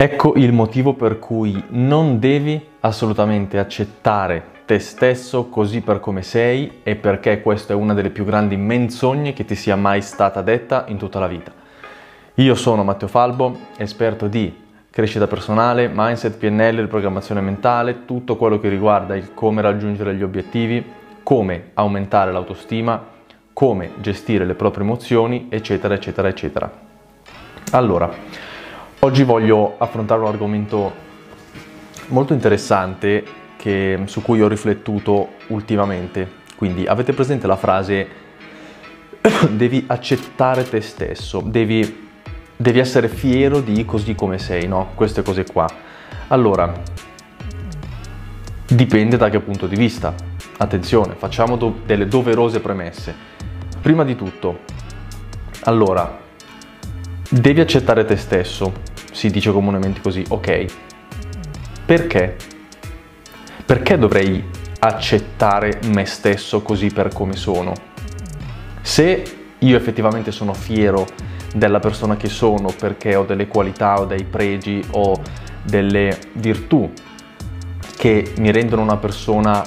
Ecco il motivo per cui non devi assolutamente accettare te stesso così per come sei e perché questa è una delle più grandi menzogne che ti sia mai stata detta in tutta la vita. Io sono Matteo Falbo, esperto di crescita personale, mindset, PNL, riprogrammazione mentale, tutto quello che riguarda il come raggiungere gli obiettivi, come aumentare l'autostima, come gestire le proprie emozioni, eccetera, eccetera, eccetera. Allora, oggi voglio affrontare un argomento molto interessante su cui ho riflettuto ultimamente. Quindi avete presente la frase devi accettare te stesso, devi essere fiero di così come sei, no? Queste cose qua. Allora, dipende da che punto di vista. Attenzione, facciamo delle doverose premesse. Prima di tutto, allora, devi accettare te stesso, si dice comunemente così, ok. Perché? Perché dovrei accettare me stesso così per come sono? Se io effettivamente sono fiero della persona che sono perché ho delle qualità o dei pregi o delle virtù che mi rendono la persona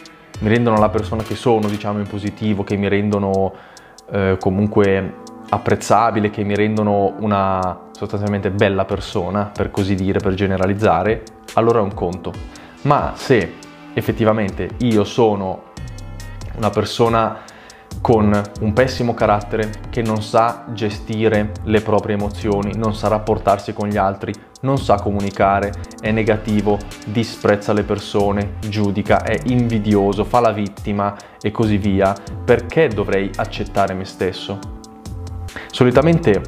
che sono, diciamo in positivo, che mi rendono comunque apprezzabile, che mi rendono una sostanzialmente bella persona, per così dire, per generalizzare, allora è un conto. Ma se effettivamente io sono una persona con un pessimo carattere, che non sa gestire le proprie emozioni, non sa rapportarsi con gli altri, non sa comunicare, è negativo, disprezza le persone, giudica, è invidioso, fa la vittima e così via, perché dovrei accettare me stesso? Solitamente,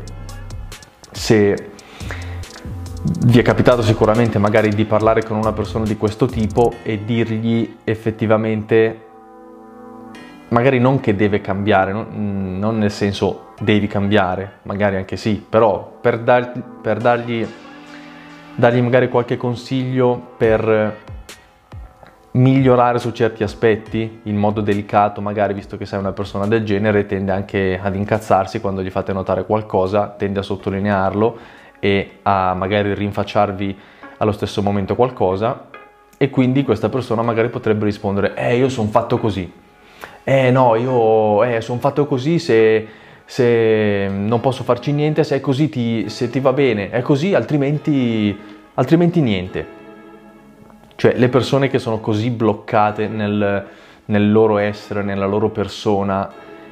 se vi è capitato sicuramente magari di parlare con una persona di questo tipo e dirgli effettivamente, magari non che deve cambiare, non nel senso devi cambiare, magari anche sì, però per dargli magari qualche consiglio per migliorare su certi aspetti in modo delicato, magari visto che sei una persona del genere tende anche ad incazzarsi quando gli fate notare qualcosa, tende a sottolinearlo e a magari rinfacciarvi allo stesso momento qualcosa, e quindi questa persona magari potrebbe rispondere io sono fatto così, no, io sono fatto così, se non posso farci niente, se è così se ti va bene è così, altrimenti niente. Cioè le persone che sono così bloccate nel loro essere, nella loro persona,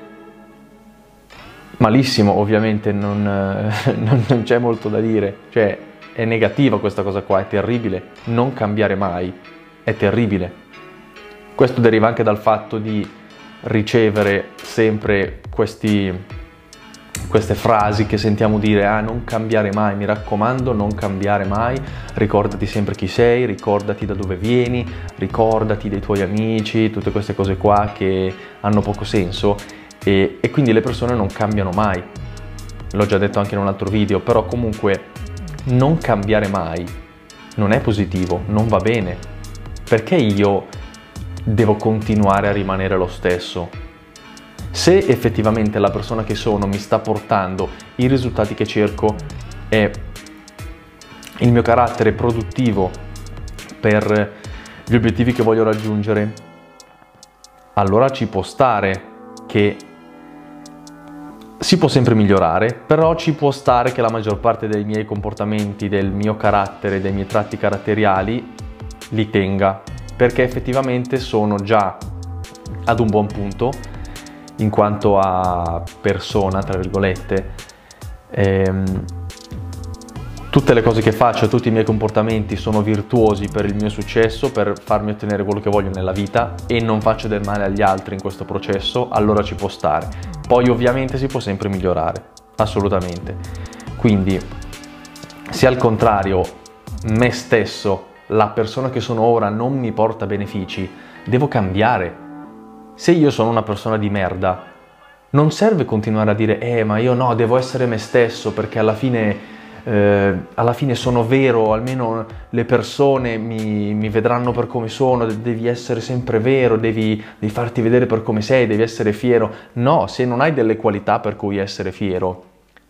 malissimo, ovviamente non c'è molto da dire, cioè è negativa questa cosa qua, è terribile, non cambiare mai, è terribile. Questo deriva anche dal fatto di ricevere sempre queste frasi che sentiamo dire non cambiare mai, mi raccomando non cambiare mai, ricordati sempre chi sei, ricordati da dove vieni, ricordati dei tuoi amici, tutte queste cose qua che hanno poco senso e quindi le persone non cambiano mai. L'ho già detto anche in un altro video, però comunque non cambiare mai non è positivo, non va bene. Perché io devo continuare a rimanere lo stesso? Se effettivamente la persona che sono mi sta portando i risultati che cerco e il mio carattere produttivo per gli obiettivi che voglio raggiungere, allora ci può stare che si può sempre migliorare, però ci può stare che la maggior parte dei miei comportamenti, del mio carattere, dei miei tratti caratteriali li tenga, perché effettivamente sono già ad un buon punto in quanto a persona, tra virgolette. Tutte le cose che faccio, tutti i miei comportamenti sono virtuosi per il mio successo, per farmi ottenere quello che voglio nella vita e non faccio del male agli altri in questo processo, allora ci può stare. Poi ovviamente si può sempre migliorare, assolutamente. Quindi se al contrario me stesso, la persona che sono ora non mi porta benefici, devo cambiare. Se io sono una persona di merda, non serve continuare a dire ma io no, devo essere me stesso perché alla fine sono vero, almeno le persone mi vedranno per come sono, devi essere sempre vero, devi farti vedere per come sei, devi essere fiero. No, se non hai delle qualità per cui essere fiero,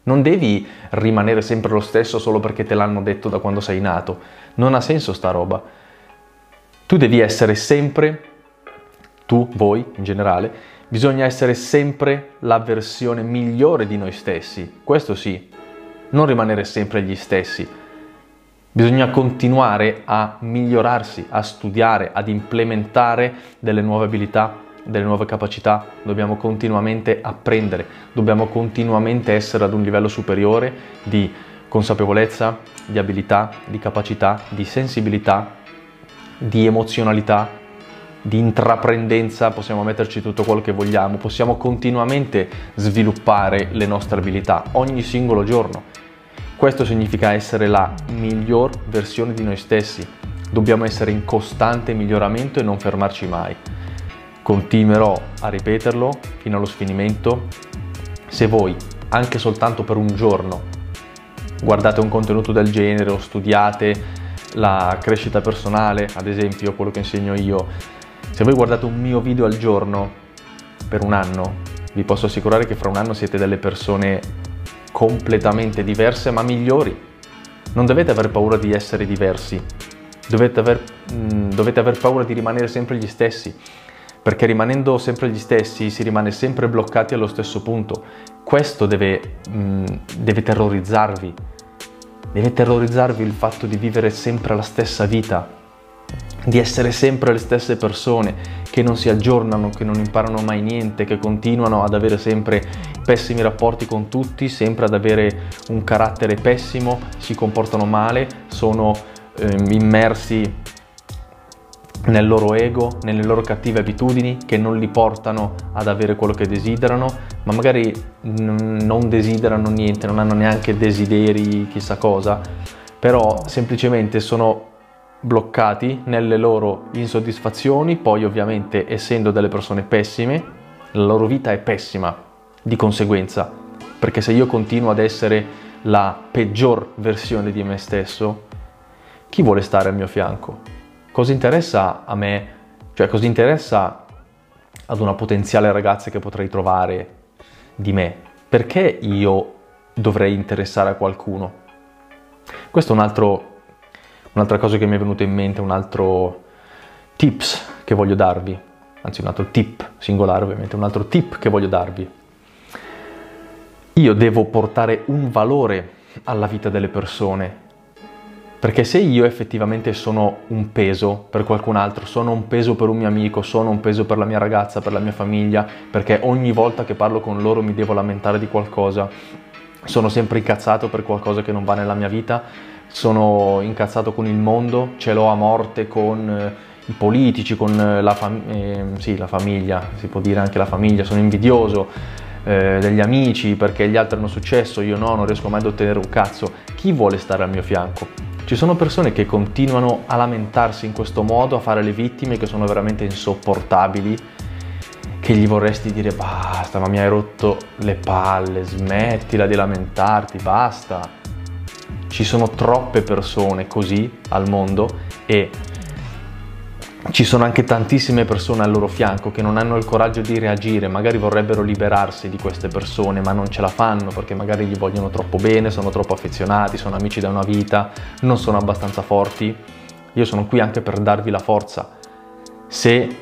Non devi rimanere sempre lo stesso solo perché te l'hanno detto da quando sei nato. Non ha senso sta roba. Tu devi essere sempre, tu, voi in generale, bisogna essere sempre la versione migliore di noi stessi. Questo sì, non rimanere sempre gli stessi. Bisogna continuare a migliorarsi, a studiare, ad implementare delle nuove abilità, delle nuove capacità. Dobbiamo continuamente apprendere, dobbiamo continuamente essere ad un livello superiore di consapevolezza, di abilità, di capacità, di sensibilità, di emozionalità, di intraprendenza. Possiamo metterci tutto quello che vogliamo, possiamo continuamente sviluppare le nostre abilità ogni singolo giorno. Questo significa essere la miglior versione di noi stessi. Dobbiamo essere in costante miglioramento e non fermarci mai. Continuerò a ripeterlo fino allo sfinimento. Se voi, anche soltanto per un giorno, guardate un contenuto del genere o studiate la crescita personale, ad esempio quello che insegno io, se voi guardate un mio video al giorno per un anno, vi posso assicurare che fra un anno siete delle persone completamente diverse ma migliori. Non dovete aver paura di essere diversi, dovete aver paura di rimanere sempre gli stessi, perché rimanendo sempre gli stessi si rimane sempre bloccati allo stesso punto. Questo deve terrorizzarvi. Deve terrorizzarvi il fatto di vivere sempre la stessa vita, di essere sempre le stesse persone, che non si aggiornano, che non imparano mai niente, che continuano ad avere sempre pessimi rapporti con tutti, sempre ad avere un carattere pessimo, si comportano male, sono immersi nel loro ego, nelle loro cattive abitudini che non li portano ad avere quello che desiderano, ma magari non desiderano niente, non hanno neanche desideri chissà cosa, però semplicemente sono bloccati nelle loro insoddisfazioni. Poi ovviamente, essendo delle persone pessime, la loro vita è pessima di conseguenza, perché se io continuo ad essere la peggior versione di me stesso, chi vuole stare al mio fianco? Cosa interessa a me? Cioè, cosa interessa ad una potenziale ragazza che potrei trovare di me? Perché io dovrei interessare a qualcuno? Questo è un'altra cosa che mi è venuta in mente, un altro tips che voglio darvi, anzi un altro tip singolare ovviamente, un altro tip che voglio darvi. Io devo portare un valore alla vita delle persone, perché se io effettivamente sono un peso per qualcun altro, sono un peso per un mio amico, sono un peso per la mia ragazza, per la mia famiglia, perché ogni volta che parlo con loro mi devo lamentare di qualcosa, sono sempre incazzato per qualcosa che non va nella mia vita, sono incazzato con il mondo, ce l'ho a morte con i politici, con la famiglia, si può dire anche la famiglia, sono invidioso degli amici perché gli altri hanno successo, io no, non riesco mai ad ottenere un cazzo. Chi vuole stare al mio fianco? Ci sono persone che continuano a lamentarsi in questo modo, a fare le vittime, che sono veramente insopportabili, che gli vorresti dire basta, ma mi hai rotto le palle, smettila di lamentarti, basta. Ci sono troppe persone così al mondo e ci sono anche tantissime persone al loro fianco che non hanno il coraggio di reagire, magari vorrebbero liberarsi di queste persone ma non ce la fanno perché magari gli vogliono troppo bene, sono troppo affezionati, sono amici da una vita, non sono abbastanza forti. Io sono qui anche per darvi la forza. Se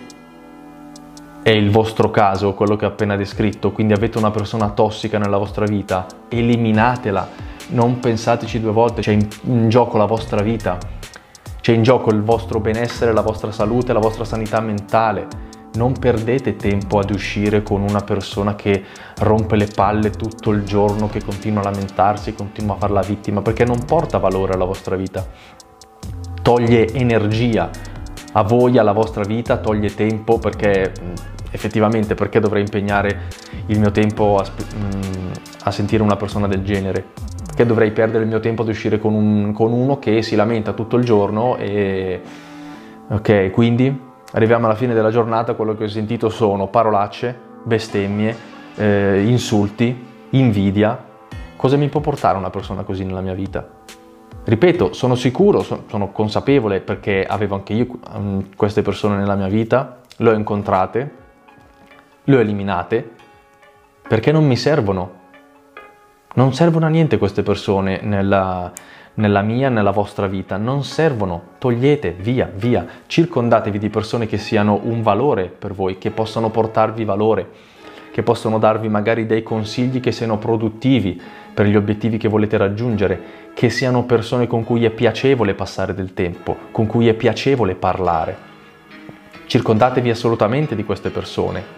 è il vostro caso, quello che ho appena descritto, quindi avete una persona tossica nella vostra vita, eliminatela, non pensateci due volte, c'è in gioco la vostra vita. C'è in gioco il vostro benessere, la vostra salute, la vostra sanità mentale. Non perdete tempo ad uscire con una persona che rompe le palle tutto il giorno, che continua a lamentarsi, continua a fare la vittima, perché non porta valore alla vostra vita. Toglie energia a voi, alla vostra vita, toglie tempo, perché effettivamente perché dovrei impegnare il mio tempo a sentire una persona del genere? Che dovrei perdere il mio tempo ad uscire con uno che si lamenta tutto il giorno e... Ok, quindi arriviamo alla fine della giornata, quello che ho sentito sono parolacce, bestemmie, insulti, invidia. Cosa mi può portare una persona così nella mia vita? Ripeto, sono sicuro, sono consapevole perché avevo anche io queste persone nella mia vita, le ho incontrate, le ho eliminate, perché non mi servono. Non servono a niente queste persone nella mia, nella vostra vita, non servono, togliete, via, via. Circondatevi di persone che siano un valore per voi, che possano portarvi valore, che possono darvi magari dei consigli che siano produttivi per gli obiettivi che volete raggiungere, che siano persone con cui è piacevole passare del tempo, con cui è piacevole parlare. Circondatevi assolutamente di queste persone.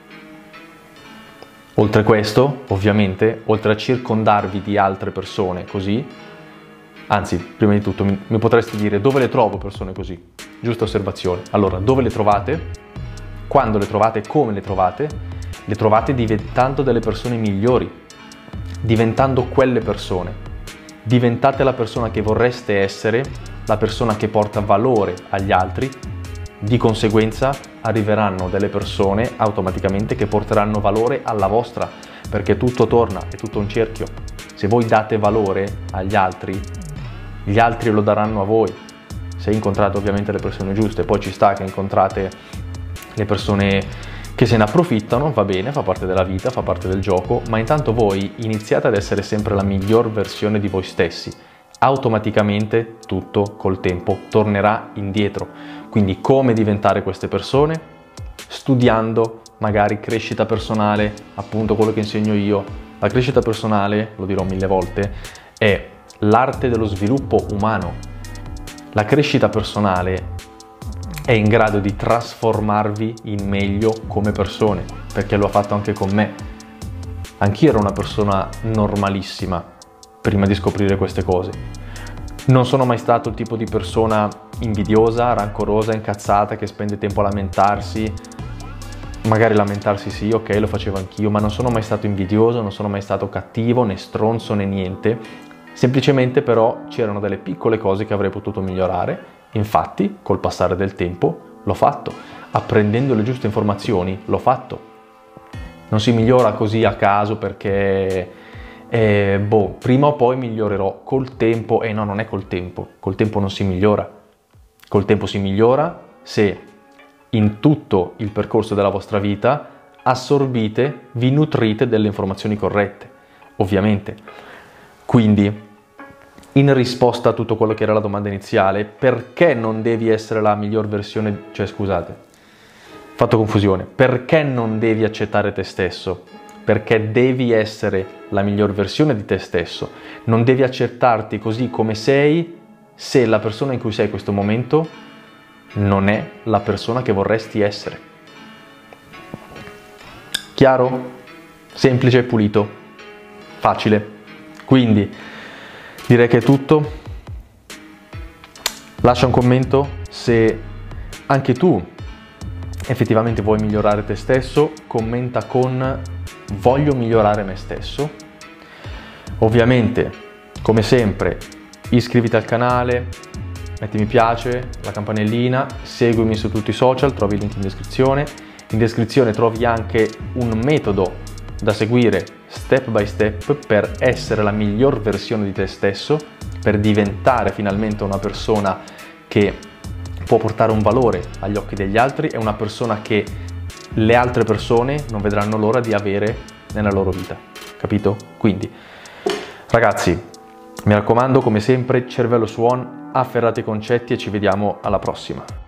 Oltre a questo, ovviamente, oltre a circondarvi di altre persone così, anzi, prima di tutto, mi potresti dire dove le trovo persone così? Giusta osservazione. Allora, dove le trovate? Quando le trovate? Come le trovate? Le trovate diventando delle persone migliori, diventando quelle persone. Diventate la persona che vorreste essere, la persona che porta valore agli altri. Di conseguenza arriveranno delle persone automaticamente che porteranno valore alla vostra, perché tutto torna, è tutto un cerchio. Se voi date valore agli altri, gli altri lo daranno a voi. Se incontrate ovviamente le persone giuste, poi ci sta che incontrate le persone che se ne approfittano, va bene, fa parte della vita, fa parte del gioco, ma intanto voi iniziate ad essere sempre la miglior versione di voi stessi. Automaticamente tutto col tempo tornerà indietro. Quindi come diventare queste persone? Studiando magari crescita personale, appunto quello che insegno io. La crescita personale, lo dirò 1000 volte, è l'arte dello sviluppo umano. La crescita personale è in grado di trasformarvi in meglio come persone, perché lo ha fatto anche con me. Anch'io ero una persona normalissima prima di scoprire queste cose. Non sono mai stato il tipo di persona invidiosa, rancorosa, incazzata, che spende tempo a lamentarsi. Magari lamentarsi sì, ok, lo facevo anch'io, ma non sono mai stato invidioso, non sono mai stato cattivo, né stronzo, né niente. Semplicemente però c'erano delle piccole cose che avrei potuto migliorare. Infatti, col passare del tempo, l'ho fatto. Apprendendo le giuste informazioni, l'ho fatto. Non si migliora così a caso perché... prima o poi migliorerò col tempo. No, non è col tempo non si migliora. Col tempo si migliora se in tutto il percorso della vostra vita assorbite, vi nutrite delle informazioni corrette, ovviamente. Quindi, in risposta a tutto quello che era la domanda iniziale, perché non devi essere la miglior versione, fatto confusione, perché non devi accettare te stesso? Perché devi essere la miglior versione di te stesso, non devi accettarti così come sei se la persona in cui sei in questo momento non è la persona che vorresti essere. Chiaro? Semplice, pulito, facile. Quindi direi che è tutto. Lascia un commento se anche tu effettivamente vuoi migliorare te stesso, commenta con voglio migliorare me stesso. Ovviamente, come sempre, iscriviti al canale, metti mi piace, la campanellina, seguimi su tutti i social, trovi il link in descrizione. In descrizione trovi anche un metodo da seguire step by step per essere la miglior versione di te stesso, per diventare finalmente una persona che può portare un valore agli occhi degli altri e una persona che le altre persone non vedranno l'ora di avere nella loro vita, capito? Quindi, ragazzi, mi raccomando, come sempre, cervello su on, afferrate i concetti e ci vediamo alla prossima.